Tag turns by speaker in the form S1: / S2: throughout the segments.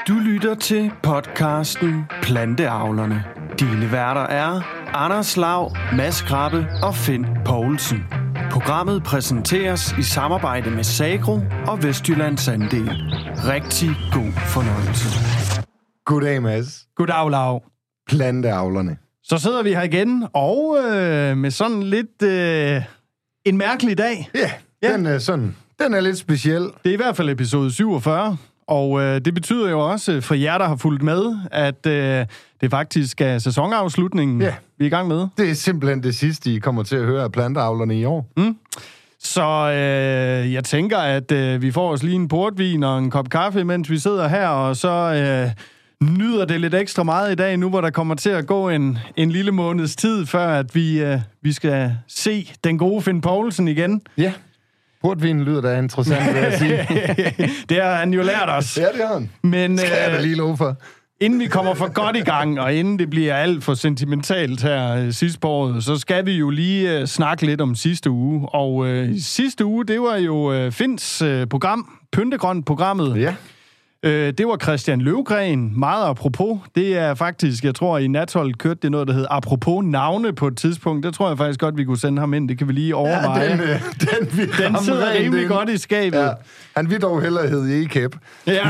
S1: Du lytter til podcasten Planteavlerne. Dine værter er Anders Lav, Mads Krabbe og Finn Poulsen. Programmet præsenteres i samarbejde med Sagro og Vestjyllands Andel. Rigtig god fornøjelse.
S2: Goddag, Mads.
S3: Goddag, Lav.
S2: Planteavlerne.
S3: Så sidder vi her igen, og med sådan lidt en mærkelig dag.
S2: Ja, den er lidt speciel. Det
S3: er i hvert fald episode 47, og det betyder jo også, for jer, der har fulgt med, at det faktisk er sæsonafslutningen, vi er i gang med.
S2: Det er simpelthen det sidste, I kommer til at høre af planteavlerne i år.
S3: Så jeg tænker, at vi får os lige en portvin og en kop kaffe, mens vi sidder her, og så nyder det lidt ekstra meget i dag, nu hvor der kommer til at gå en lille måneds tid, før at vi skal se den gode Finn Poulsen igen.
S2: Ja, portvinen lyder da interessant, vil jeg sige.
S3: Det har han jo lært os.
S2: Ja, det har han.
S3: Men,
S2: skal jeg da lige love for.
S3: Inden vi kommer for godt i gang, og inden det bliver alt for sentimentalt her sidst på året, så skal vi jo lige snakke lidt om sidste uge. Og sidste uge, det var jo Finns program, Pyntegrønt-programmet.
S2: Ja.
S3: Det var Christian Løvgren, meget apropos. Det er faktisk, jeg tror, i Natholdet kørte det noget, der hedder apropos navne på et tidspunkt. Det tror jeg faktisk godt, vi kunne sende ham ind. Det kan vi lige overveje.
S2: Ja, den
S3: sidder rimelig godt i skabet. Ja.
S2: Han vil dog hellere hedde Ekæb.
S3: Ja,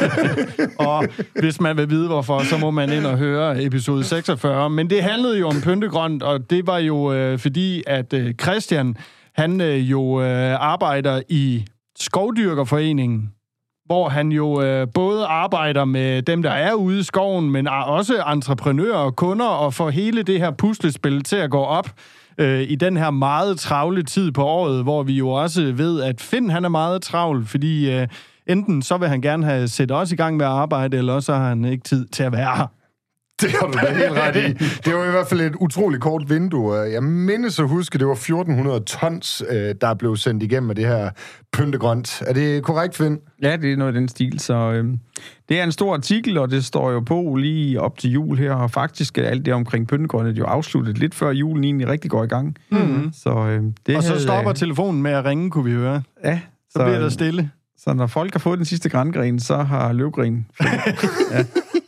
S3: og hvis man vil vide hvorfor, så må man ind og høre episode 46. Men det handlede jo om pyntegrønt, og det var jo fordi, at Christian, han jo arbejder i Skovdyrkerforeningen, hvor han jo både arbejder med dem, der er ude i skoven, men også entreprenører og kunder, og får hele det her puslespil til at gå op i den her meget travle tid på året, hvor vi jo også ved, at Finn, han er meget travl, fordi enten så vil han gerne have sæt os i gang med at arbejde, eller også har han ikke tid til at være her.
S2: Det har du da helt ret i. Det var i hvert fald et utroligt kort vindue. Jeg mindes at huske, det var 1400 tons, der blev sendt igennem med det her pyntegrønt. Er det korrekt, Finn?
S4: Ja, det er noget af den stil, så det er en stor artikel, og det står jo på lige op til jul her, og faktisk er alt det omkring pyntegrøntet jo afsluttet lidt før julen egentlig rigtig går i gang.
S3: Mm-hmm. Så stopper telefonen med at ringe, kunne vi høre.
S4: Ja.
S3: Så bliver der stille.
S4: Så når folk har fået den sidste grangren, så har Løvgren. Ja.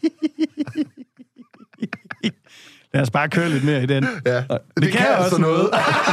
S3: Lad os bare køre lidt mere i den.
S2: Ja, det kan også noget.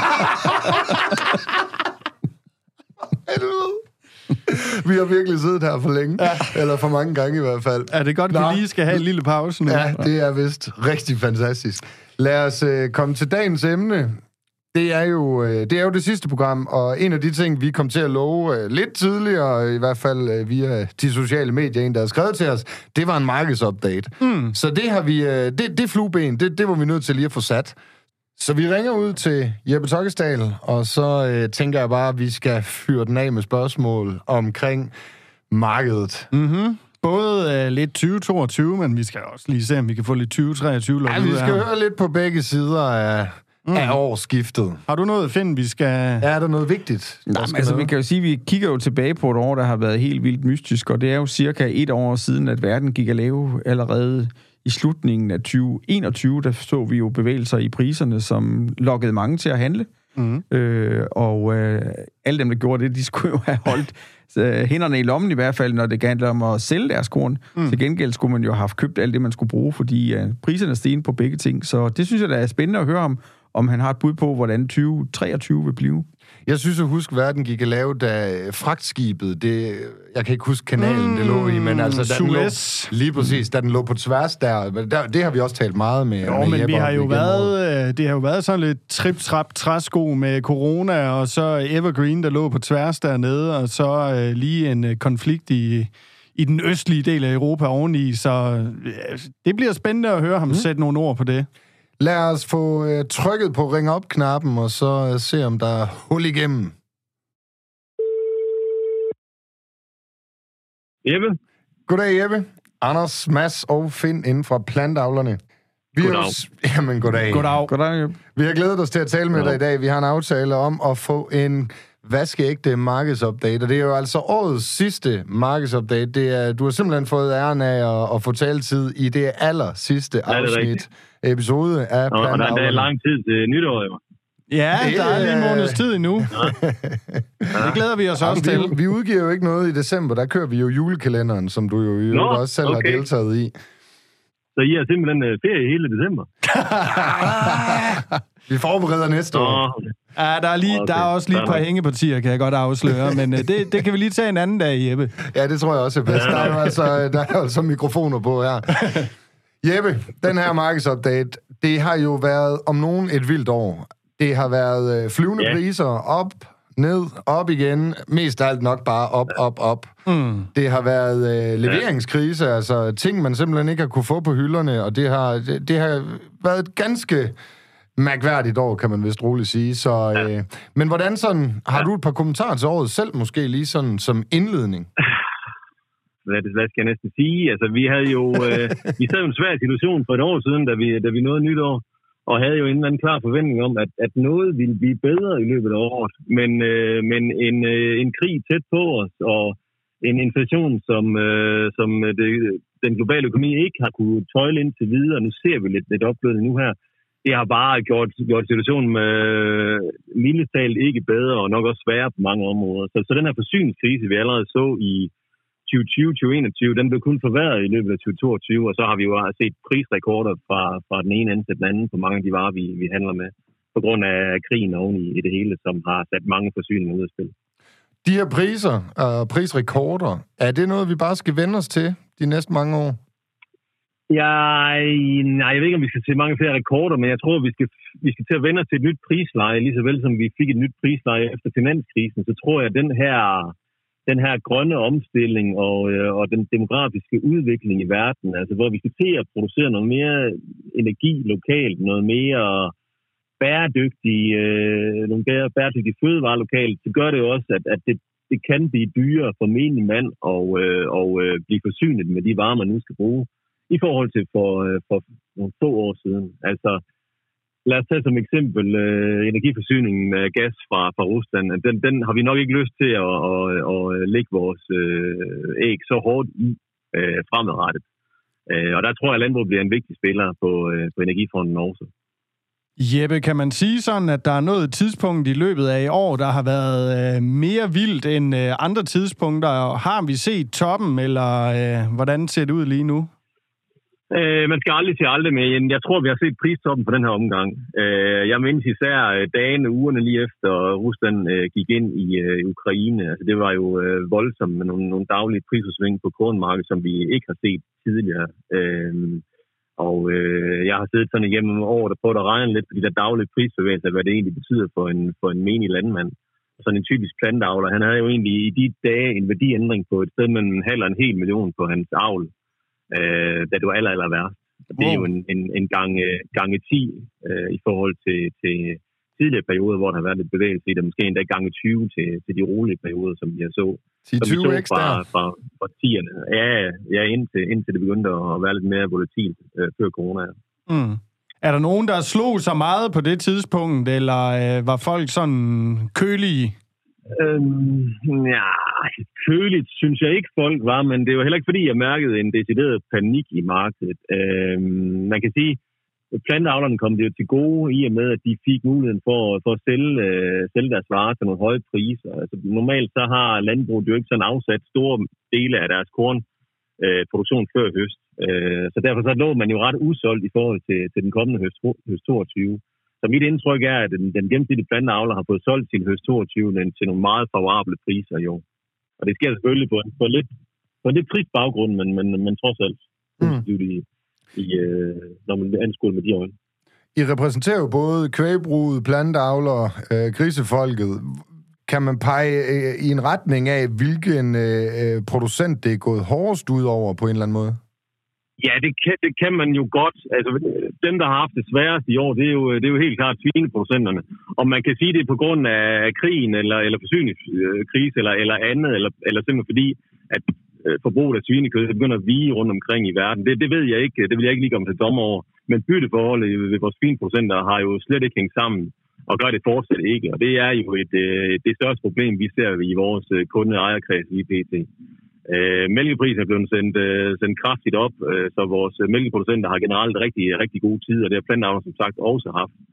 S2: Vi har virkelig siddet her for længe. Ja. Eller for mange gange i hvert fald.
S3: Er det godt, vi lige skal have en lille pause nu?
S2: Ja, det er vist rigtig fantastisk. Lad os komme til dagens emne. Det er jo det sidste program, og en af de ting, vi kom til at love lidt tidligere, i hvert fald via de sociale medier, en der har skrevet til os, det var en markedsupdate. Så det har vi, det flueben, det var vi nødt til lige at få sat. Så vi ringer ud til Jeppe Tokkesdal, og så tænker jeg bare, at vi skal fyre den af med spørgsmål omkring markedet.
S3: Mm-hmm. Både lidt 2022, men vi skal også lige se, om vi kan få lidt 2023.
S2: Ja, vi skal høre lidt på begge sider af årsskiftet.
S3: Har du noget, Finn, vi skal...
S2: Er der noget vigtigt?
S4: Nej, altså vi kan jo sige, at vi kigger jo tilbage på et år, der har været helt vildt mystisk, og det er jo cirka et år siden, at verden gik at lave allerede i slutningen af 2021, der så vi jo bevægelser i priserne, som lokkede mange til at handle. Alle dem, der gjorde det, de skulle jo have holdt hænderne i lommen i hvert fald, når det galt om at sælge deres korn. Til gengæld skulle man jo have købt alt det, man skulle bruge, fordi priserne steg på begge ting. Så det synes jeg, der er spændende at høre om han har et bud på, hvordan 2023 vil blive.
S2: Jeg synes at huske, at verden gik at lave, da fragtskibet, jeg kan ikke huske kanalen, det lå i, men altså, da den lå, lige præcis, da den lå på tværs det har vi også talt meget med.
S3: Jo, men vi har jo været, det har jo været sådan lidt trip-trap træsko med corona, og så Evergreen, der lå på tværs dernede, og så lige en konflikt i den østlige del af Europa oveni, så det bliver spændende at høre ham sætte nogle ord på det.
S2: Lad os få trykket på ring op-knappen, og så se, om der er hul igennem.
S5: Jeppe.
S2: Goddag, Jeppe. Anders, Mads og Finn inden fra Planteavlerne. Jamen, goddag.
S4: Goddag, Jeppe.
S2: Vi har glædet os til at tale med dig i dag. Vi har en aftale om at få en vaskeægte markedsupdate, og det er jo altså årets sidste markedsupdate. Du har simpelthen fået æren af at få taletid i det aller sidste afsnit episode af Planteavlerne.
S5: Og der er lang tid til nytår, jo.
S3: Ja, der er lige en måneds tid endnu. Det glæder vi os også til.
S2: Vi udgiver jo ikke noget i december. Der kører vi jo julekalenderen, som du jo også selv har deltaget i.
S5: Så I har simpelthen ferie hele december?
S2: Vi forbereder næste år.
S3: Ja, der er også lige et par hængepartier, kan jeg godt afsløre, men det kan vi lige tage en anden dag, Jeppe.
S2: Ja, det tror jeg også er bedst. Der er jo altså mikrofoner på her. Jeppe, den her markedsupdate, det har jo været om nogen et vildt år. Det har været flyvende priser, op, ned, op igen. Mest af alt nok bare op. Det har været leveringskrise, altså ting, man simpelthen ikke har kunne få på hylderne, og det har været et ganske mærkværdigt år, kan man vist roligt sige. Så, men hvordan sådan, har du et par kommentarer til året selv, måske lige sådan som indledning?
S5: Hvad skal jeg næsten sige? Altså, vi havde jo vi sad jo en svær situation for et år siden, da vi nåede nytår, og havde jo en eller anden klar forventning om, at noget ville blive bedre i løbet af året. Men en krig tæt på os, og en inflation, som den globale økonomi ikke har kunne tøjle indtil videre. Nu ser vi lidt opblødning nu her. Det har bare gjort situationen mildest talt ikke bedre, og nok også sværere på mange områder. Så den her forsyningskrise, vi allerede så i 2020-2021, den blev kun forværret i løbet af 2022, og så har vi jo set prisrekorder fra den ene ende til den anden på mange af de varer, vi handler med, på grund af krigen oveni i det hele, som har sat mange forsyninger ud af spil.
S2: De her priser og prisrekorder, er det noget, vi bare skal vende os til de næste mange år?
S5: Nej, jeg ved ikke, om vi skal se mange flere rekorder, men jeg tror, vi skal til at vende os til et nyt prisleje, lige så vel som vi fik et nyt prisleje efter finanskrisen, så tror jeg, at den her grønne omstilling og den demografiske udvikling i verden, altså hvor vi skal til at producere noget mere energi lokalt, noget mere nogle bæredygtige fødevarer lokalt, så gør det jo også, at det kan blive dyrere for menig mand og blive forsynet med de varer, man nu skal bruge, i forhold til for nogle få år siden. Altså, lad os tage som eksempel energiforsyningen med gas fra Rusland. Den har vi nok ikke lyst til at lægge vores æg så hårdt i fremadrettet. Og der tror jeg, at landbruget bliver en vigtig spiller på energifronten også.
S3: Jeppe, kan man sige sådan, at der er noget tidspunkt i løbet af i år, der har været mere vildt end andre tidspunkter? Har vi set toppen, eller hvordan ser det ud lige nu?
S5: Man skal aldrig sige aldrig, men jeg tror, vi har set pristoppen på den her omgang. Jeg mindes især ugerne lige efter Rusland gik ind i Ukraine. Altså, det var jo voldsomt med nogle daglige prisudsving på kornmarkedet, som vi ikke har set tidligere. Jeg har siddet sådan igennem året og prøvet at regne lidt på de der daglige prisbevægelser, hvad det egentlig betyder for en menig landmand. Sådan en typisk planteavler, han havde jo egentlig i de dage en værdiændring på et sted mellem 500.000 på hans avl. Da det var aller værst. Det er jo en gange 10 i forhold til tidligere perioder, hvor der har været lidt bevægelse i det. Måske endda gange 20 til de rolige perioder, som vi så.
S2: 10-20 ekstra?
S5: Fra 10'erne. Ja, indtil det begyndte at være lidt mere volatilt før corona.
S3: Mm. Er der nogen, der slog så meget på det tidspunkt, eller var folk sådan kølige?
S5: Køligt synes jeg ikke folk var, men det var heller ikke fordi, jeg mærkede en decideret panik i markedet. Man kan sige, at planteavlerne kom det jo til gode i og med, at de fik muligheden for at sælge deres varer til nogle høje priser. Altså, normalt så har landbruget jo ikke sådan afsat store dele af deres kornproduktion før høst. Så derfor så lå man jo ret usolgt i forhold til den kommende høst 22. Så mit indtryk er, at den gennemsnitlige planteavler har fået solgt sin høst 22 til nogle meget favorable priser i år. Og det sker selvfølgelig på en lidt trist baggrund, men trods alt når man anskuer med de øjne.
S2: I repræsenterer jo både kvægbruget, planteavler, grisefolket. Kan man pege i en retning af, hvilken producent det er gået hårdest ud over på en eller anden måde?
S5: Ja, det kan man jo godt. Altså, dem, der har haft det sværest i år, det er jo helt klart svineproducenterne. Og man kan sige, det er på grund af krigen, eller forsyningskrise, eller andet, eller simpelthen fordi, at forbruget af svinekød begynder at vige rundt omkring i verden. Det ved jeg ikke. Det vil jeg ikke lige komme til dommer over. Men bytteforholdet ved vores svineproducenter har jo slet ikke hængt sammen, og gør det fortsat ikke. Og det er jo det største problem, vi ser i vores kunde-ejerkreds i PT. Mælkeprisen er blevet sendt kraftigt op, så vores mælkeproducenter har generelt rigtig, rigtig gode tider, og det har planteavlerne som sagt også haft.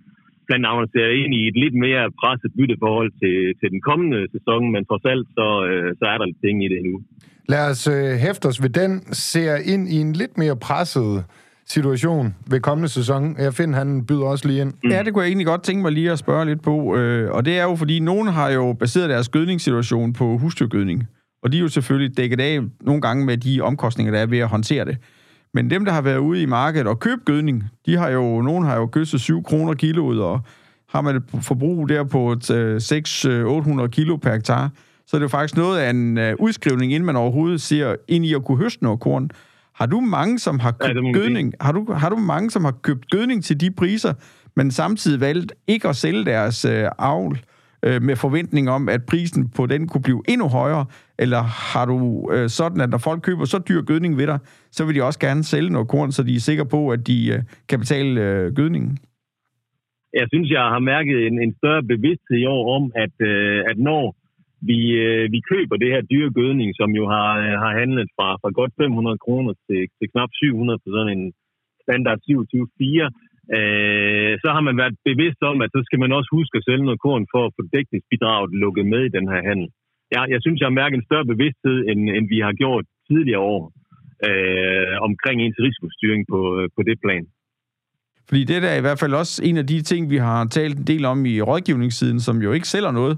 S5: Plantavlerne ser ind i et lidt mere presset bytteforhold til den kommende sæson, men trods alt, så er der lidt ting i det endnu.
S2: Lad os hæfte os ved den, ser ind i en lidt mere presset situation ved kommende sæson. Jeg finder, han byder også lige ind.
S4: Ja, det kunne jeg egentlig godt tænke mig lige at spørge lidt på. Og det er jo, fordi nogen har jo baseret deres gødningssituation på husdyrgødning. Og de er jo selvfølgelig dækket af nogle gange med de omkostninger, der er ved at håndtere det. Men dem, der har været ude i markedet og købt gødning, nogen har jo gødstet 7 kroner kiloet, og har man et forbrug der på 600-800 kilo per hektar, så er det jo faktisk noget af en udskrivning, inden man overhovedet ser ind i at kunne høste noget korn. Har du mange, som har købt gødning? Har du mange, som har købt gødning til de priser, men samtidig valgt ikke at sælge deres avl med forventning om, at prisen på den kunne blive endnu højere? Eller har du sådan, at når folk køber så dyr gødning ved dig, så vil de også gerne sælge noget korn, så de er sikre på, at de kan betale gødningen?
S5: Jeg synes, jeg har mærket en større bevidsthed i år om, at når vi køber det her dyre gødning, som jo har handlet fra godt 500 kroner til knap 700 på sådan en standard 27,4, så har man været bevidst om, at så skal man også huske at sælge noget korn for at få dækningsbidraget lukket med i den her handel. Jeg synes, jeg har mærket en større bevidsthed, end vi har gjort tidligere år omkring ens risikostyring på det plan.
S4: Fordi det der er i hvert fald også en af de ting, vi har talt en del om i rådgivningssiden, som jo ikke sælger noget,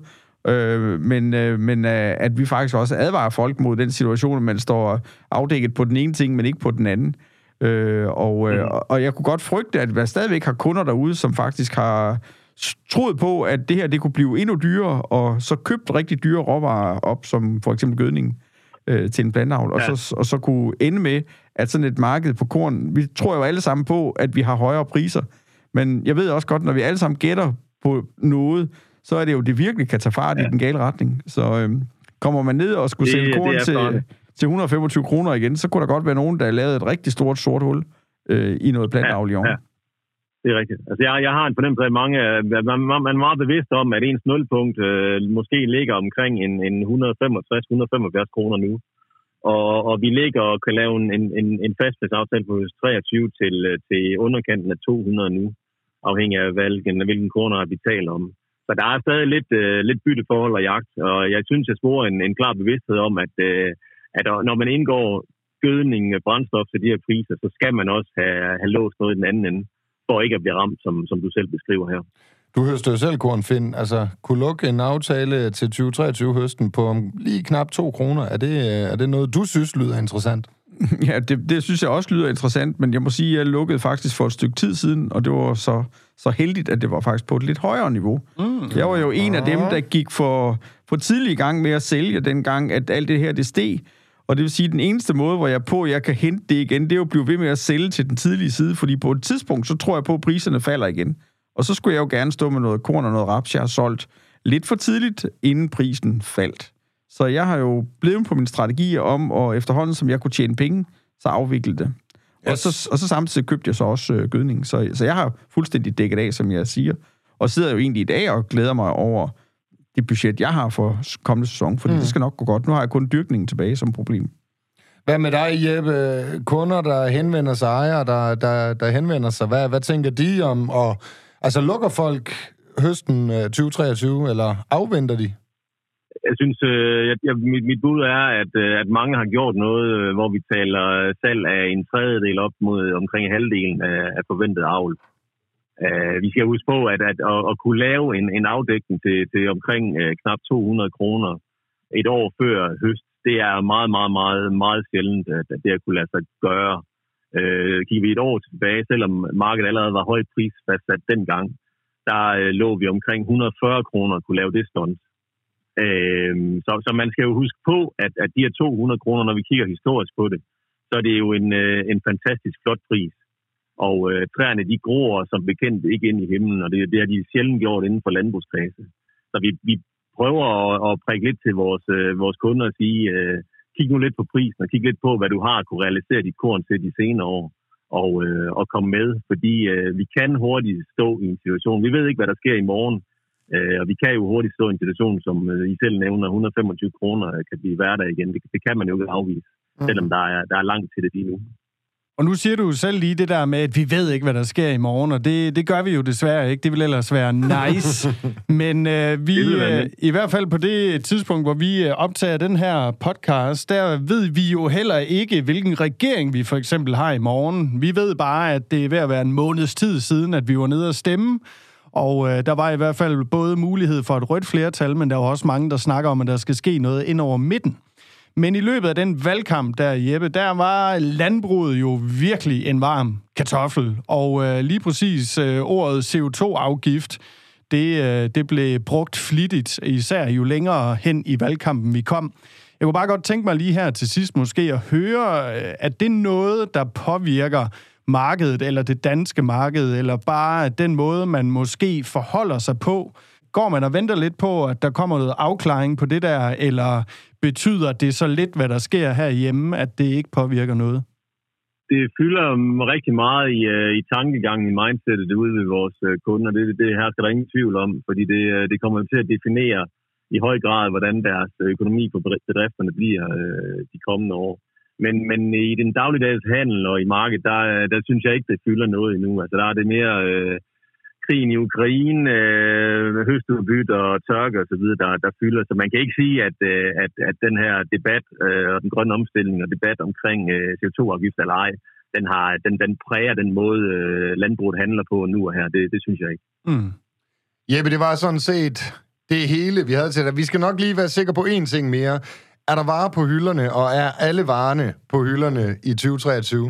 S4: men at vi faktisk også advarer folk mod den situation, at man står afdækket på den ene ting, men ikke på den anden. Og jeg kunne godt frygte, at vi stadigvæk har kunder derude, som faktisk har troet på, at det her det kunne blive endnu dyrere, og så købt rigtig dyre råvarer op, som for eksempel gødning til en plantavl, og så kunne ende med, at sådan et marked på korn, vi tror jo alle sammen på, at vi har højere priser, men jeg ved også godt, når vi alle sammen gætter på noget, så er det jo, det virkelig kan tage fart i den gale retning. Så kommer man ned og skulle sælge korn til 125 kroner igen, så kunne der godt være nogen, der lavede et rigtig stort sort hul i noget plantavl i år.
S5: Ja. Det er rigtigt. Altså, jeg har en fornemmelse af, at man er meget bevidst om, at ens nulpunkt måske ligger omkring en 165-175 kroner nu. Og vi ligger og kan lave en fastpridsaftale på 23 til underkanten af 200 nu, afhængig af hvilken kroner vi taler om. Så der er stadig lidt bytteforhold og jagt, og jeg synes, jeg sporer en klar bevidsthed om, at når man indgår gødning og brændstof til de her priser, så skal man også have låst noget i den anden ende, for ikke at blive ramt, som du selv beskriver her.
S2: Du høster jo selv korn, Finn. Altså, kunne lukke en aftale til 2023-høsten på lige knap 2 kroner. Er det noget, du synes lyder interessant?
S4: Ja, det synes jeg også lyder interessant, men jeg må sige, at jeg lukkede faktisk for et stykke tid siden, og det var så heldigt, at det var faktisk på et lidt højere niveau. Jeg var jo en af dem, der gik for tidlig i gang med at sælge dengang, at alt det her, det steg. Og det vil sige, at den eneste måde, hvor jeg kan hente det igen, det er jo at blive ved med at sælge til den tidlige side, fordi på et tidspunkt, så tror jeg på, at priserne falder igen. Og så skulle jeg jo gerne stå med noget korn og noget raps, jeg har solgt lidt for tidligt, inden prisen faldt. Så jeg har jo blevet på min strategi om, og efterhånden, som jeg kunne tjene penge, så afvikle det. Yes. Og så samtidig købte jeg så også gødning. Så jeg har fuldstændig dækket af, som jeg siger. Og sidder jo egentlig i dag og glæder mig over det budget, jeg har for kommende sæson, fordi det skal nok gå godt. Nu har jeg kun dyrkningen tilbage som problem.
S2: Hvad med dig, Jeppe? Kunder, der henvender sig, ejere, der henvender sig, hvad tænker de om? Og, altså, lukker folk høsten 2023, eller afventer de?
S5: Jeg synes, mit bud er, at mange har gjort noget, hvor vi taler salg af en tredjedel op mod omkring halvdelen af forventet avl. Vi skal huske på, at kunne lave en afdækning til omkring knap 200 kroner et år før høst, det er meget, meget, meget, meget sjældent, at det at kunne lade sig gøre. Kigger vi et år tilbage, selvom markedet allerede var højt prisfastsat dengang, der lå vi omkring 140 kroner at kunne lave det stunt. Så man skal jo huske på, at de her 200 kroner, når vi kigger historisk på det, så er det jo en fantastisk flot pris. Og træerne, de gror som bekendt ikke ind i himlen, og det har de sjældent gjort inden for landbrugskredse. Så vi prøver at prikke lidt til vores kunder og sige, kig nu lidt på prisen, og kig lidt på, hvad du har at kunne realisere dit korn til de senere år, og komme med, fordi vi kan hurtigt stå i en situation. Vi ved ikke, hvad der sker i morgen, og vi kan jo hurtigt stå i en situation, som I selv nævner, 125 kroner kan blive hverdag igen. Det kan man jo ikke afvise, selvom der er langt til det lige nu.
S3: Og nu siger du selv lige det der med, at vi ved ikke, hvad der sker i morgen, og det gør vi jo desværre ikke. Det vil ellers være nice. Men vi, i hvert fald på det tidspunkt, hvor vi optager den her podcast, der ved vi jo heller ikke, hvilken regering vi for eksempel har i morgen. Vi ved bare, at det er ved at være en måneds tid siden, at vi var nede og stemme. Og der var i hvert fald både mulighed for et rødt flertal, men der var også mange, der snakker om, at der skal ske noget ind over midten. Men i løbet af den valgkamp der, Jeppe, der var landbruget jo virkelig en varm kartoffel. Og lige præcis ordet CO2-afgift, det blev brugt flittigt, især jo længere hen i valgkampen vi kom. Jeg kunne bare godt tænke mig lige her til sidst måske at høre, at det noget, der påvirker markedet, eller det danske marked, eller bare den måde, man måske forholder sig på. Går man og venter lidt på, at der kommer noget afklaring på det der, eller betyder det så lidt, hvad der sker herhjemme, at det ikke påvirker noget?
S5: Det fylder rigtig meget i tankegangen, i mindsetet ude ved vores kunder. Det her skal der ingen tvivl om, fordi det kommer til at definere i høj grad, hvordan deres økonomi på bedrifterne bliver de kommende år. Men i den dagligdags handel og i markedet, der synes jeg ikke, det fylder noget endnu. Altså der er det mere krigen i Ukraine, høstudbytte og tørke og så videre, der fylder. Så man kan ikke sige, at den her debat og den grønne omstilling og debat omkring CO2-afgift eller ej, den præger den måde, landbruget handler på nu og her. Det synes jeg ikke.
S2: Mm. Jeppe, det var sådan set det hele, vi havde til dig. Vi skal nok lige være sikre på én ting mere. Er der varer på hylderne, og er alle varerne på hylderne i 2023?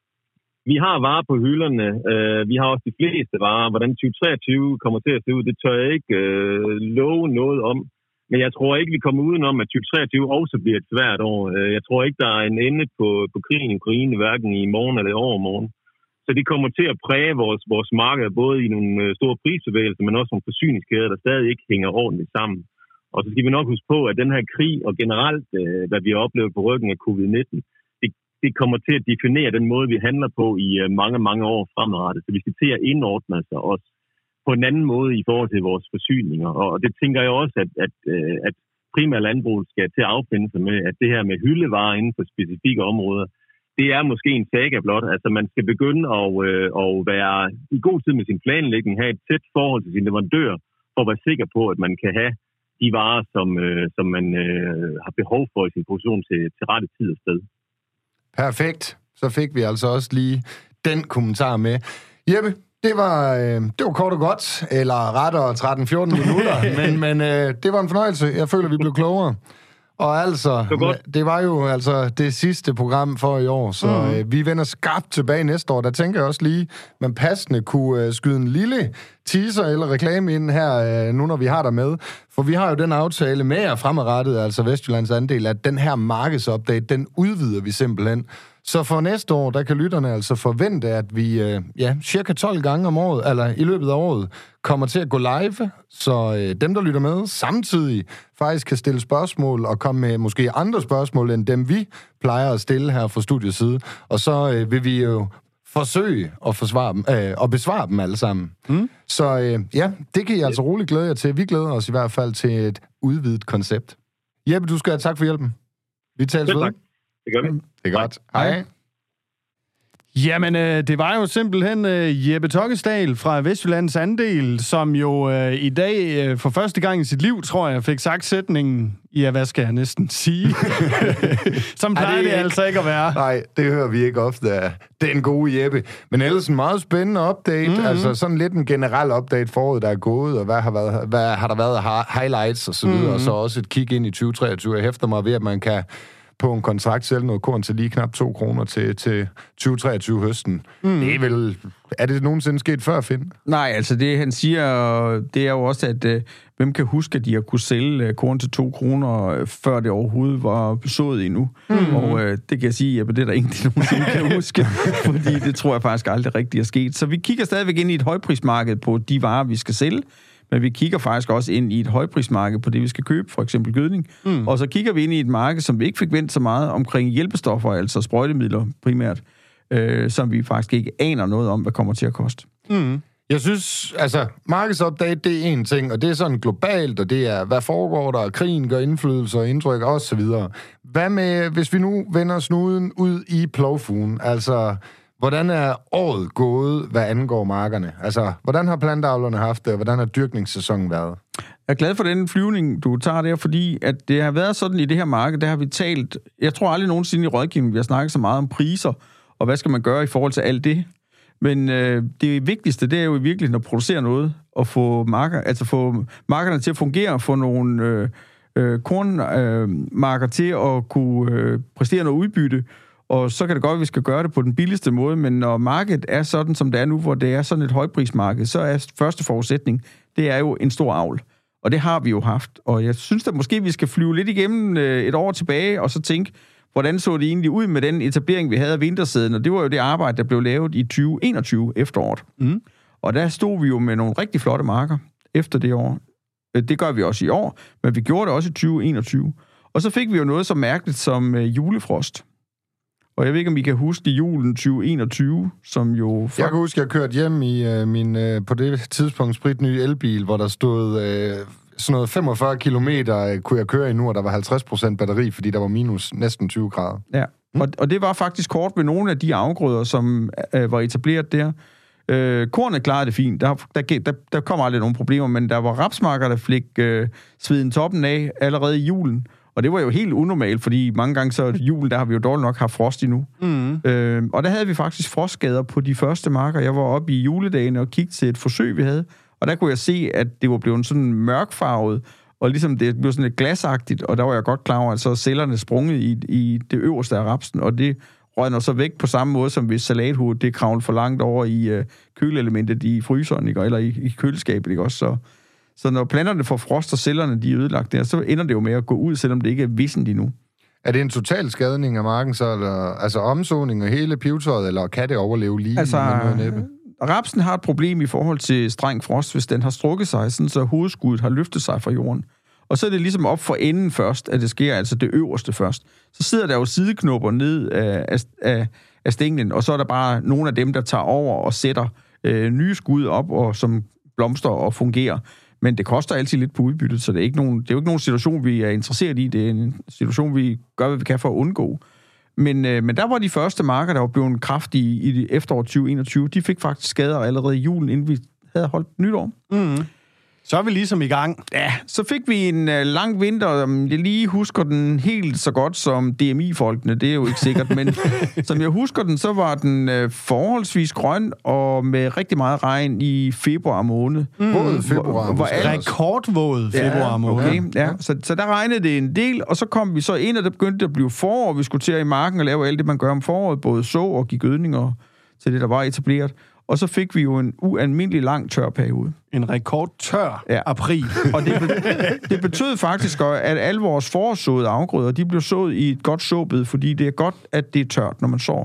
S5: Vi har varer på hylderne. Vi har også de fleste varer. Hvordan 2023 kommer til at se ud, det tør jeg ikke love noget om. Men jeg tror ikke, vi kommer udenom, at 2023 også bliver et svært år. Jeg tror ikke, der er en ende på krigen i Ukraine, hverken i morgen eller i overmorgen. Så det kommer til at præge vores marked, både i nogle store prisbevægelser, men også nogle forsyningskæder, der stadig ikke hænger ordentligt sammen. Og så skal vi nok huske på, at den her krig, og generelt, hvad vi har oplevet på ryggen af covid-19, det kommer til at definere den måde, vi handler på i mange, mange år fremadrettet. Så vi skal til at indordne sig også på en anden måde i forhold til vores forsyninger. Og det tænker jeg også, at primært landbruget skal til at affinde sig med, at det her med hyldevarer inden for specifikke områder, det er måske en saga blot. Altså man skal begynde at være i god tid med sin planlægning, have et tæt forhold til sin leverandør, for at være sikker på, at man kan have de varer, som man har behov for i sin produktion til rette tid og sted.
S2: Perfekt. Så fik vi altså også lige den kommentar med. Jeppe, det var kort og godt, eller rettere 13-14 minutter, men det var en fornøjelse. Jeg føler, vi blev klogere. Og altså, det var jo altså det sidste program for i år, så vi vender skarpt tilbage næste år. Der tænker jeg også lige, man passende kunne skyde en lille teaser eller reklame ind her, nu når vi har der med. For vi har jo den aftale med jer fremadrettet, altså Vestjyllands andel, at den her markedsupdate, den udvider vi simpelthen. Så for næste år, der kan lytterne altså forvente, at vi cirka 12 gange om året, eller i løbet af året, kommer til at gå live, så dem, der lytter med, samtidig faktisk kan stille spørgsmål og komme med måske andre spørgsmål, end dem vi plejer at stille her fra studiets side. Og så vil vi jo forsøge at forsvare dem, og besvare dem alle sammen. Så det kan I altså roligt glæde jer til. Vi glæder os i hvert fald til et udvidet koncept. Jeppe, du skal have tak for hjælpen. Vi tales ved.
S5: Tak. Det gør vi.
S2: Det er godt. Hej.
S3: Jamen, det var jo simpelthen Jeppe Tokkesdal fra Vestjyllands andel, som jo i dag for første gang i sit liv, tror jeg, fik sagt sætningen, ja, hvad skal jeg næsten sige? Som plejer det altså ikke at være.
S2: Nej, det hører vi ikke ofte af den gode Jeppe. Men ellers en meget spændende update, altså sådan lidt en generel update foråret, der er gået, og hvad har der været af highlights og så videre, og så også et kig ind i 2023. Jeg hæfter mig ved, at man kan på en kontrakt sælge noget korn til lige knap 2 kroner til 2023 høsten. Det er vel... Er det nogensinde sket før, Finn?
S4: Nej, altså det han siger, det er jo også, at hvem kan huske, at de har kunne sælge korn til 2 kroner, før det overhovedet var sået endnu. Og det kan jeg sige, at det er der ingen, der nogensinde kan huske, fordi det tror jeg faktisk aldrig rigtigt er sket. Så vi kigger stadigvæk ind i et højprismarked på de varer, vi skal sælge, men vi kigger faktisk også ind i et højprismarked på det, vi skal købe, for eksempel gødning. Og så kigger vi ind i et marked, som vi ikke fik vendt så meget omkring hjælpestoffer, altså sprøjtemidler primært, som vi faktisk ikke aner noget om, hvad kommer til at koste.
S2: Jeg synes, altså, markedsupdate, det er en ting, og det er sådan globalt, og det er, hvad foregår der, og krigen gør indflydelse og indtryk, og så videre. Hvad med, hvis vi nu vender snuden ud i plovfugen, altså... Hvordan er året gået, hvad angår markerne? Altså, hvordan har planteavlerne haft det, og hvordan har dyrkningssæsonen været?
S4: Jeg er glad for den flyvning, du tager der, fordi at det har været sådan i det her marked, der har vi talt, jeg tror aldrig nogensinde i rådgivning, vi har snakket så meget om priser, og hvad skal man gøre i forhold til alt det. Men det vigtigste, det er jo i virkeligheden at producere noget, og få markerne til at fungere, få nogle kornmarker til at kunne præstere noget udbytte, og så kan det godt, at vi skal gøre det på den billigste måde, men når markedet er sådan, som det er nu, hvor det er sådan et højprismarked, så er første forudsætning, det er jo en stor avl. Og det har vi jo haft. Og jeg synes, at måske vi skal flyve lidt igennem et år tilbage, og så tænke, hvordan så det egentlig ud med den etablering, vi havde af vintersæden, og det var jo det arbejde, der blev lavet i 2021 efteråret. Og der stod vi jo med nogle rigtig flotte marker efter det år. Det gør vi også i år, men vi gjorde det også i 2021. Og så fik vi jo noget så mærkeligt som julefrost. Og jeg ved ikke, om I kan huske julen 2021, som jo...
S2: Jeg kan huske, at jeg kørte hjem i min på det tidspunkt spritnye elbil, hvor der stod sådan noget 45 kilometer, kunne jeg køre i nu, og der var 50% batteri, fordi der var minus næsten 20 grader.
S4: Ja, og det var faktisk kort ved nogle af de afgrøder, som var etableret der. Kornet klarede det fint. Der kom aldrig nogen problemer, men der var rapsmarker, der fik sveden toppen af allerede i julen. Og det var jo helt unormalt, fordi mange gange så julen, der har vi jo dårligt nok haft frost endnu. Og der havde vi faktisk frostskader på de første marker. Jeg var oppe i juledagene og kiggede til et forsøg, vi havde. Og der kunne jeg se, at det var blevet sådan mørkfarvet, og ligesom det blev sådan lidt glasagtigt, og der var jeg godt klar over, at så cellerne sprunget i det øverste af rapsen, og det rødner så væk på samme måde, som hvis salathovedet, det kravler for langt over i køleelementet i fryseren, ikke? Eller i køleskabet, ikke også? Så når planterne får frost, og cellerne de er ødelagt der, så ender det jo med at gå ud, selvom det ikke er vissent endnu.
S2: Er det en total skadning af marken så, eller altså omsåning og hele pivetøjet, eller kan det overleve lige med noget næppe?
S4: Rapsen har et problem i forhold til streng frost, hvis den har strukket sig, sådan så hovedskuddet har løftet sig fra jorden. Og så er det ligesom op for enden først, at det sker, altså det øverste først. Så sidder der jo sideknopper ned af stænglen, og så er der bare nogle af dem, der tager over og sætter nye skud op, og som blomster og fungerer. Men det koster altid lidt på udbyttet, så det er jo ikke nogen situation, vi er interesseret i. Det er en situation, vi gør, hvad vi kan for at undgå. Men der var de første marker, der var blevet kraftige i efteråret 2021. De fik faktisk skader allerede i julen, inden vi havde holdt nytår.
S3: Så er vi ligesom i gang.
S4: Ja, så fik vi en lang vinter, og jeg lige husker den helt så godt som DMI-folkene, det er jo ikke sikkert, men som jeg husker den, så var den forholdsvis grøn, og med rigtig meget regn i februar måned.
S2: Både februar.
S3: Rekordvåd februar måned.
S4: Okay, ja. Så der regnede det en del, og så kom vi så ind, og det begyndte at blive forår, vi skulle til i marken og lave alt det, man gør om foråret, både så og give gødninger til det, der var etableret. Og så fik vi jo en ualmindelig lang tør periode.
S3: En rekordtør april.
S4: Og det betød faktisk, at alle vores forårssåede afgrøder, de blev sået i et godt såbed, fordi det er godt, at det er tørt, når man sår.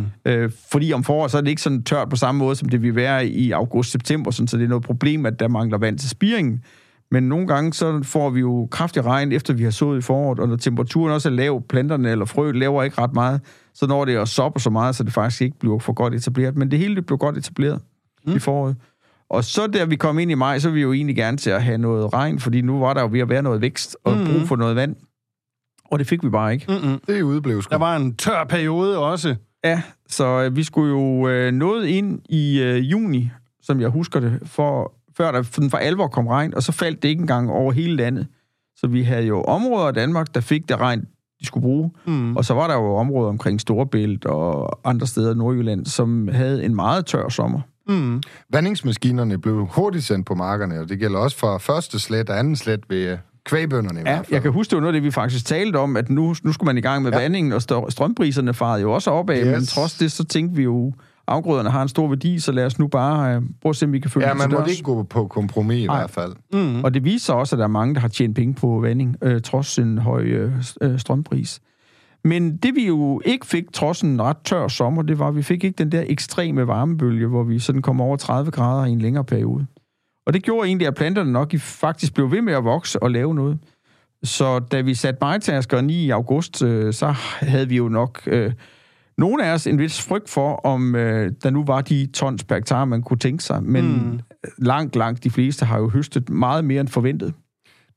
S4: Fordi om foråret, så er det ikke sådan tørt på samme måde, som det vil være i august-september, så det er noget problem, at der mangler vand til spiringen. Men nogle gange, så får vi jo kraftig regn, efter vi har sået i foråret, og når temperaturen også er lav, planterne eller frøet laver ikke ret meget, så når det er sopper så meget, så det faktisk ikke bliver for godt etableret. Men det hele det blev godt etableret i foråret. Og så da vi kom ind i maj, så ville vi jo egentlig gerne til at have noget regn, fordi nu var der jo ved at være noget vækst og brug for noget vand. Og det fik vi bare ikke.
S2: Det udeblev sgu.
S3: Der var en tør periode også.
S4: Ja, så vi skulle jo noget ind i juni, som jeg husker det, før der for alvor kom regn, og så faldt det ikke engang over hele landet. Så vi havde jo områder i Danmark, der fik det regn, de skulle bruge. Og så var der jo områder omkring Storebælt og andre steder i Nordjylland, som havde en meget tør sommer.
S2: Vandingsmaskinerne blev hurtigt sendt på markerne, og det gælder også for første slæt og anden slæt ved kvægbønderne i hvert fald.
S4: Jeg kan huske, det var noget af det, vi faktisk talte om, at nu skulle man i gang med vandingen, og strømpriserne farede jo også opad, men trods det, så tænkte vi jo, afgrøderne har en stor værdi, så lad os nu bare prøve at se, om vi kan følge
S2: det til dørs. Ja, man må ikke gå på kompromis i hvert fald.
S4: Og det viser også, at der er mange, der har tjent penge på vanding, trods en høj strømpris. Men det vi jo ikke fik, trods en ret tør sommer, det var, at vi fik ikke den der ekstreme varmebølge, hvor vi sådan kom over 30 grader i en længere periode. Og det gjorde egentlig, at planterne nok faktisk blev ved med at vokse og lave noget. Så da vi satte majtaskeren i august, så havde vi jo nok nogle af os en vis frygt for, om der nu var de tons per hektar, man kunne tænke sig. Men langt de fleste har jo høstet meget mere end forventet.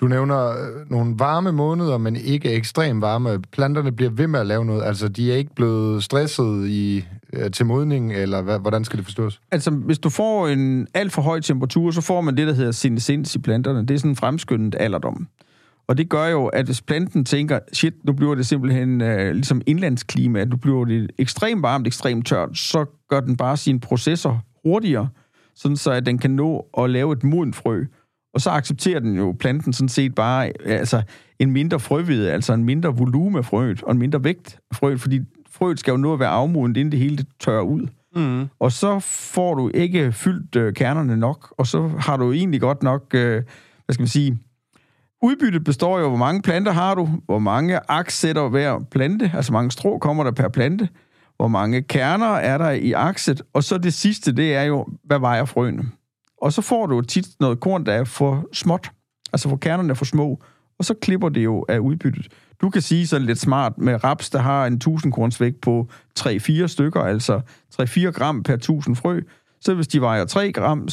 S2: Du nævner nogle varme måneder, men ikke ekstrem varme. Planterne bliver ved med at lave noget. Altså, de er ikke blevet stresset til modning, eller hvordan skal det forstås?
S4: Altså, hvis du får en alt for høj temperatur, så får man det, der hedder senescens i planterne. Det er sådan en fremskyndet alderdom. Og det gør jo, at hvis planten tænker, shit, nu bliver det simpelthen ligesom indlandsklima, nu bliver det ekstremt varmt, ekstremt tørt, så gør den bare sin processor hurtigere, sådan så at den kan nå at lave et modent frø. Og så accepterer den jo planten sådan set bare altså en mindre frøhvide, altså en mindre volume af frøet, og en mindre vægt af frøet, fordi frøet skal jo nå at være afmodent, inden det hele det tørrer ud. Mm. Og så får du ikke fyldt kernerne nok, og så har du egentlig godt nok, hvad skal man sige, udbyttet består jo, hvor mange planter har du, hvor mange aks sætter hver plante, altså hvor mange strå kommer der per plante, hvor mange kerner er der i akset, og så det sidste, det er jo, hvad vejer frøene. Og så får du tit noget korn, der er for småt, altså hvor kernerne er for små, og så klipper det jo af udbyttet. Du kan sige sådan lidt smart med raps, der har en 1000-kornsvægt på 3-4 stykker, altså 3-4 gram per 1000 frø. Så hvis de vejer 3 gram,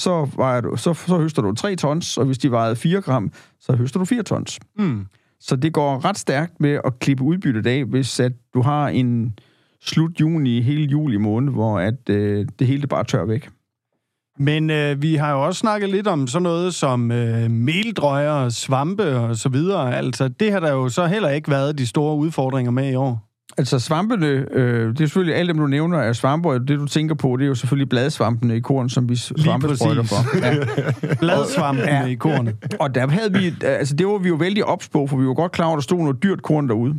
S4: så høster du 3 tons, og hvis de vejer 4 gram, så høster du 4 tons. Mm. Så det går ret stærkt med at klippe udbyttet af, hvis at du har en slut juni, hele juli måned, hvor at, det hele bare tør væk.
S3: Men vi har jo også snakket lidt om sådan noget som meldrøjer, svampe og så videre. Altså, det har der jo så heller ikke været de store udfordringer med i år. Altså
S4: svampene, det er selvfølgelig alt dem, du nævner af svampe, og det du tænker på, det er jo selvfølgelig bladsvampene i korn, som vi svampesprøjter for. Ja.
S3: Bladsvampene i kornet.
S4: Og der havde vi, altså det var vi jo vældig ops på, for vi var godt klar over, at der stod noget dyrt korn derude.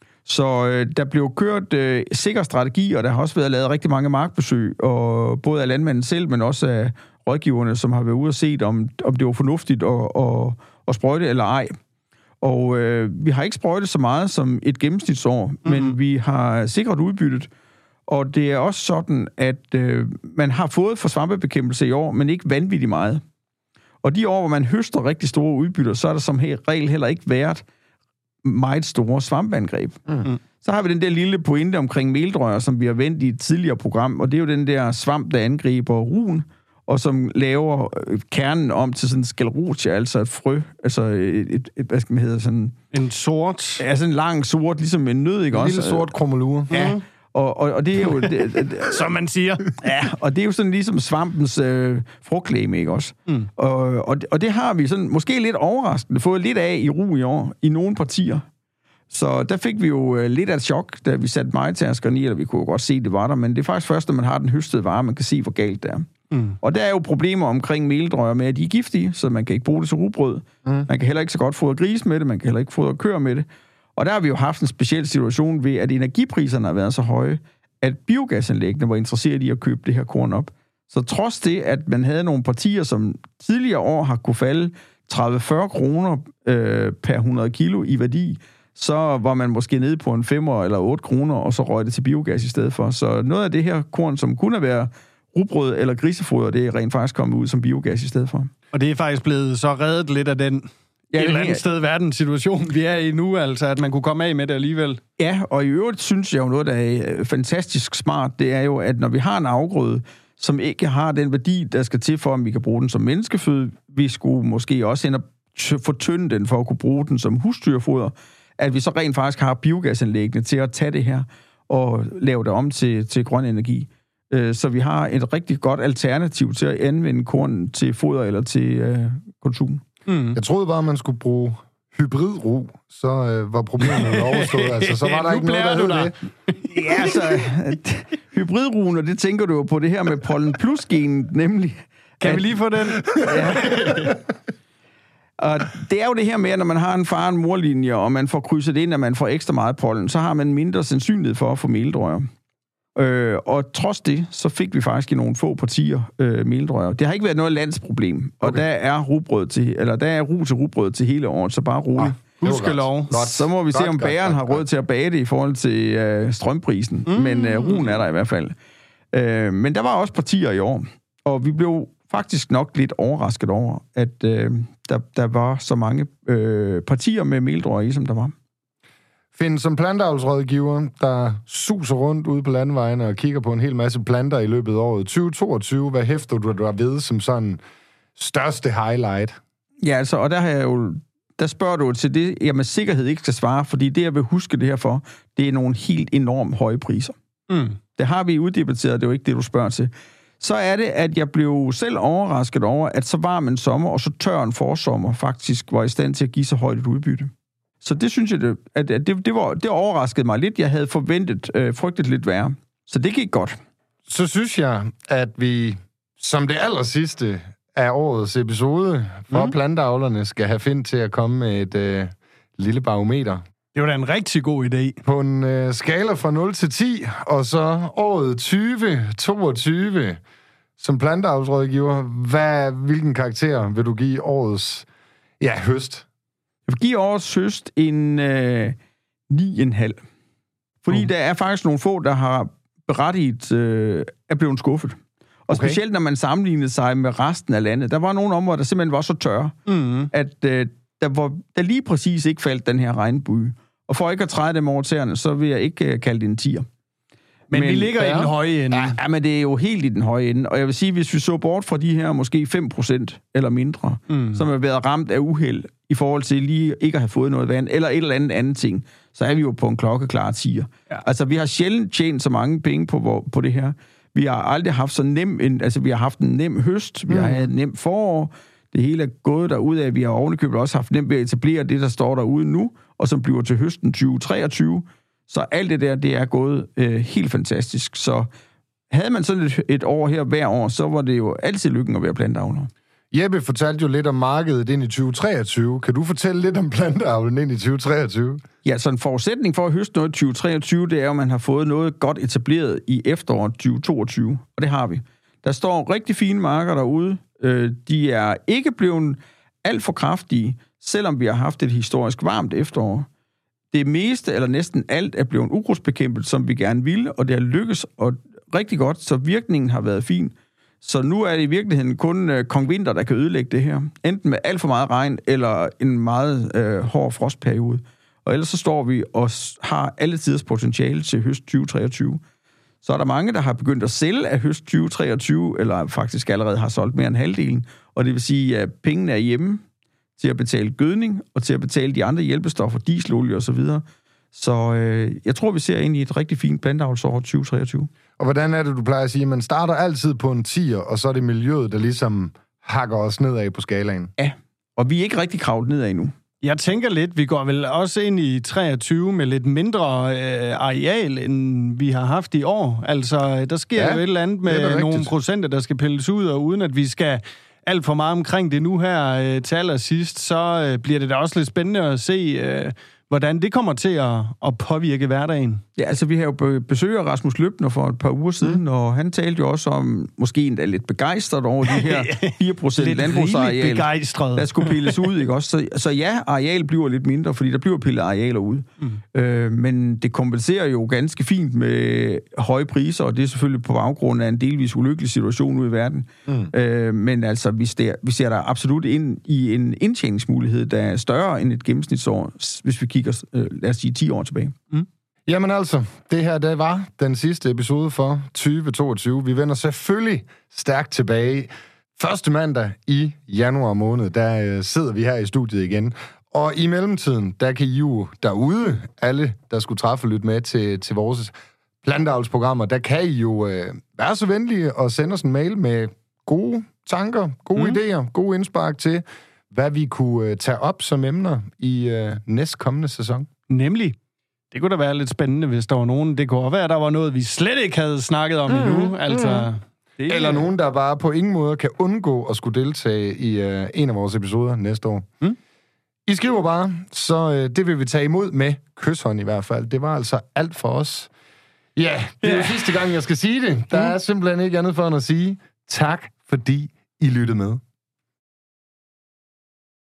S4: Så der blev kørt sikker strategi, og der har også været lavet rigtig mange markbesøg, og både af landmanden selv, men også af rådgiverne, som har været ude og set, om det var fornuftigt at sprøjte eller ej. Og vi har ikke sprøjtet så meget som et gennemsnitsår, men vi har sikret udbyttet. Og det er også sådan, at man har fået for svampebekæmpelse i år, men ikke vanvittigt meget. Og de år, hvor man høster rigtig store udbytter, så er der som regel heller ikke været meget store svampeangreb. Mm. Så har vi den der lille pointe omkring meldrøjer, som vi har vendt i et tidligere program, og det er jo den der svamp, der angriber ruen, og som laver kernen om til sådan en sklerotia, altså et frø, altså et hvad skal man hedde, sådan...
S3: En sort...
S4: Ja, sådan en lang sort, ligesom en nød, ikke
S2: en
S4: også?
S2: En lille sort krummelure.
S4: Ja, og det er jo...
S3: som man siger.
S4: Ja, og det er jo sådan ligesom svampens frugtlæme, ikke også? Mm. Og det har vi sådan, måske lidt overraskende, fået lidt af i ru i år, i nogle partier. Så der fik vi jo lidt af et chok, da vi satte majtærskerne i, eller vi kunne godt se, det var der, men det er faktisk først, når man har den høstede vare, man kan se, hvor galt det er. Mm. Og der er jo problemer omkring meldrøjer med, at de er giftige, så man kan ikke bruge det til rugbrød. Mm. Man kan heller ikke så godt fodre gris med det, man kan heller ikke fodre køer med det. Og der har vi jo haft en speciel situation ved, at energipriserne har været så høje, at biogasanlæggene var interesseret i at købe det her korn op. Så trods det, at man havde nogle partier, som tidligere år har kunne falde 30-40 kroner per 100 kilo i værdi, så var man måske nede på en 5 eller 8 kroner, og så røg det til biogas i stedet for. Så noget af det her korn, som kunne være rugbrød eller grisefoder, det er rent faktisk kommet ud som biogas i stedet for.
S3: Og det er faktisk blevet så reddet lidt af den et eller andet sted verdenssituation, vi er i nu, altså at man kunne komme af med det alligevel.
S4: Ja, og i øvrigt synes jeg jo noget, der er fantastisk smart, det er jo, at når vi har en afgrøde, som ikke har den værdi, der skal til for, at vi kan bruge den som menneskeføde, vi skulle måske også hen og fortynde den for at kunne bruge den som husdyrfoder, at vi så rent faktisk har biogasanlæggene til at tage det her og lave det om til grøn energi. Så vi har et rigtig godt alternativ til at anvende korn til foder eller til konsum.
S2: Mm. Jeg troede bare, man skulle bruge hybridru, så var problemet overstået. Altså, så var der ikke noget, der hed det.
S4: Ja, altså, hybridruen, og det tænker du jo på det her med pollen plus-genet, nemlig.
S3: Kan vi lige få den?
S4: Ja. Og det er jo det her med, at når man har en far- og en morlinje, og man får krydset ind, at man får ekstra meget pollen, så har man mindre sandsynlighed for at få meldrøjer. Og trods det, så fik vi faktisk i nogle få partier meldrøjer. Det har ikke været noget landsproblem, og okay. Der er ru til rugbrød til hele året, så bare roligt.
S3: Hudskelov.
S4: Så må vi se, om bageren har råd til at bage det i forhold til strømprisen, men ruen er der i hvert fald. Men der var også partier i år, og vi blev faktisk nok lidt overrasket over, at der var så mange partier med meldrøjer i, som der var.
S2: Finn, som planteavlsrådgiver, der suser rundt ude på landevejene og kigger på en hel masse planter i løbet af året 2022, hvad hæfter du der ved som sådan største highlight?
S4: Ja, altså, og der har jeg jo der spørger du til det, jeg med sikkerhed ikke skal svare, fordi det, jeg vil huske det her for, det er nogle helt enormt høje priser. Det har vi uddebatteret, det er jo ikke det, du spørger til. Så er det, at jeg blev selv overrasket over, at så varm en sommer, og så tør en forsommer faktisk var i stand til at give så højt et udbytte. Så det synes jeg, det overraskede mig lidt. Jeg havde forventet frygteligt lidt værre. Så det gik godt.
S2: Så synes jeg, at vi som det aller sidste af årets episode for planteavlerne skal have Finn til at komme med et lille barometer.
S3: Det var da en rigtig god idé.
S2: På en skala fra 0 til 10, og så året 2022 som planteavlsrådgiver. Hvilken karakter vil du give årets høst?
S4: Jeg vil give årets høst en 9,5. Fordi der er faktisk nogle få, der har berettiget er blevet skuffet. Og specielt når man sammenlignede sig med resten af landet. Der var nogle områder, der simpelthen var så tørre, at der lige præcis ikke faldt den her regnbue. Og for ikke at træde dem over tæerne, så vil jeg ikke kalde det en 10'er.
S3: Men vi ligger i den høje ende.
S4: Ja, men det er jo helt i den høje ende. Og jeg vil sige, hvis vi så bort fra de her måske 5% eller mindre, som har været ramt af uheld i forhold til lige ikke at have fået noget vand, eller et eller andet ting, så er vi jo på en klokkeklar 10'er. Ja. Altså, vi har sjældent tjent så mange penge på det her. Vi har aldrig haft så vi har haft en nem høst, vi har haft en nem forår. Det hele er gået derud af, vi har ovenikøbet også haft nemt ved at etablere det, der står derude nu, og som bliver til høsten 2023. Så alt det der, det er gået helt fantastisk. Så havde man sådan et år her hver år, så var det jo altid lykken at være planteavler.
S2: Jeppe fortalte jo lidt om markedet ind i 2023. Kan du fortælle lidt om planteavlen ind i 2023?
S4: Ja, så en forudsætning for at høste noget i 2023, det er, at man har fået noget godt etableret i efteråret 2022. Og det har vi. Der står rigtig fine marker derude. De er ikke blevet alt for kraftige, selvom vi har haft et historisk varmt efterår. Det meste, eller næsten alt, er blevet ukrudtsbekæmpet, som vi gerne ville, og det har lykkes rigtig godt, så virkningen har været fin. Så nu er det i virkeligheden kun Kong Vinter, der kan ødelægge det her. Enten med alt for meget regn, eller en meget hård frostperiode. Og ellers så står vi og har alle tiders potentiale til høst 2023. Så er der mange, der har begyndt at sælge af høst 2023, eller faktisk allerede har solgt mere end halvdelen. Og det vil sige, at pengene er hjemme til at betale gødning, og til at betale de andre hjælpestoffer, dieselolie og så videre. Så jeg tror, vi ser ind i et rigtig fint planteavlsår 2023.
S2: Og hvordan er det, du plejer at sige? Man starter altid på en 10'er, og så er det miljøet, der ligesom hakker os nedad på skalaen.
S4: Ja, og vi er ikke rigtig kravlet nedad endnu.
S3: Jeg tænker lidt, vi går vel også ind i 23 med lidt mindre areal, end vi har haft i år. Altså, der sker jo et eller andet med nogle procenter, der skal pilles ud, og uden at vi skal alt for meget omkring det nu her til allersidst, så bliver det da også lidt spændende at se, hvordan det kommer til at påvirke hverdagen.
S4: Ja, altså vi har jo besøgt Rasmus Løbner for et par uger siden, og han talte jo også om, måske endda lidt begejstret over de her 4% landbrugsareal, der skulle pilles ud, ikke også? Så ja, areal bliver lidt mindre, fordi der bliver pillet arealer ud. Men det kompenserer jo ganske fint med høje priser, og det er selvfølgelig på baggrund af en delvis ulykkelig situation ude i verden. Men altså, vi ser der absolut ind i en indtjeningsmulighed, der er større end et gennemsnitsår, hvis vi kigger, lad os sige, 10 år tilbage.
S2: Jamen altså, det her det var den sidste episode for 2022. Vi vender selvfølgelig stærkt tilbage. Første mandag i januar måned, der sidder vi her i studiet igen. Og i mellemtiden, der kan I jo derude, alle der skulle træffe og lytte med til vores planteavlsprogrammer, der kan I jo være så venlige og sende os en mail med gode tanker, gode idéer, gode indspark til, hvad vi kunne tage op som emner i næstkommende sæson.
S3: Nemlig. Det kunne da være lidt spændende, hvis der var nogen. Det kunne også være, at der var noget, vi slet ikke havde snakket om endnu. Altså,
S2: eller nogen, der bare på ingen måde kan undgå at skulle deltage i en af vores episoder næste år. I skriver bare, så det vil vi tage imod med kysshånd i hvert fald. Det var altså alt for os. Ja, det er jo sidste gang, jeg skal sige det. Der er simpelthen ikke andet for end at sige tak, fordi I lyttede med.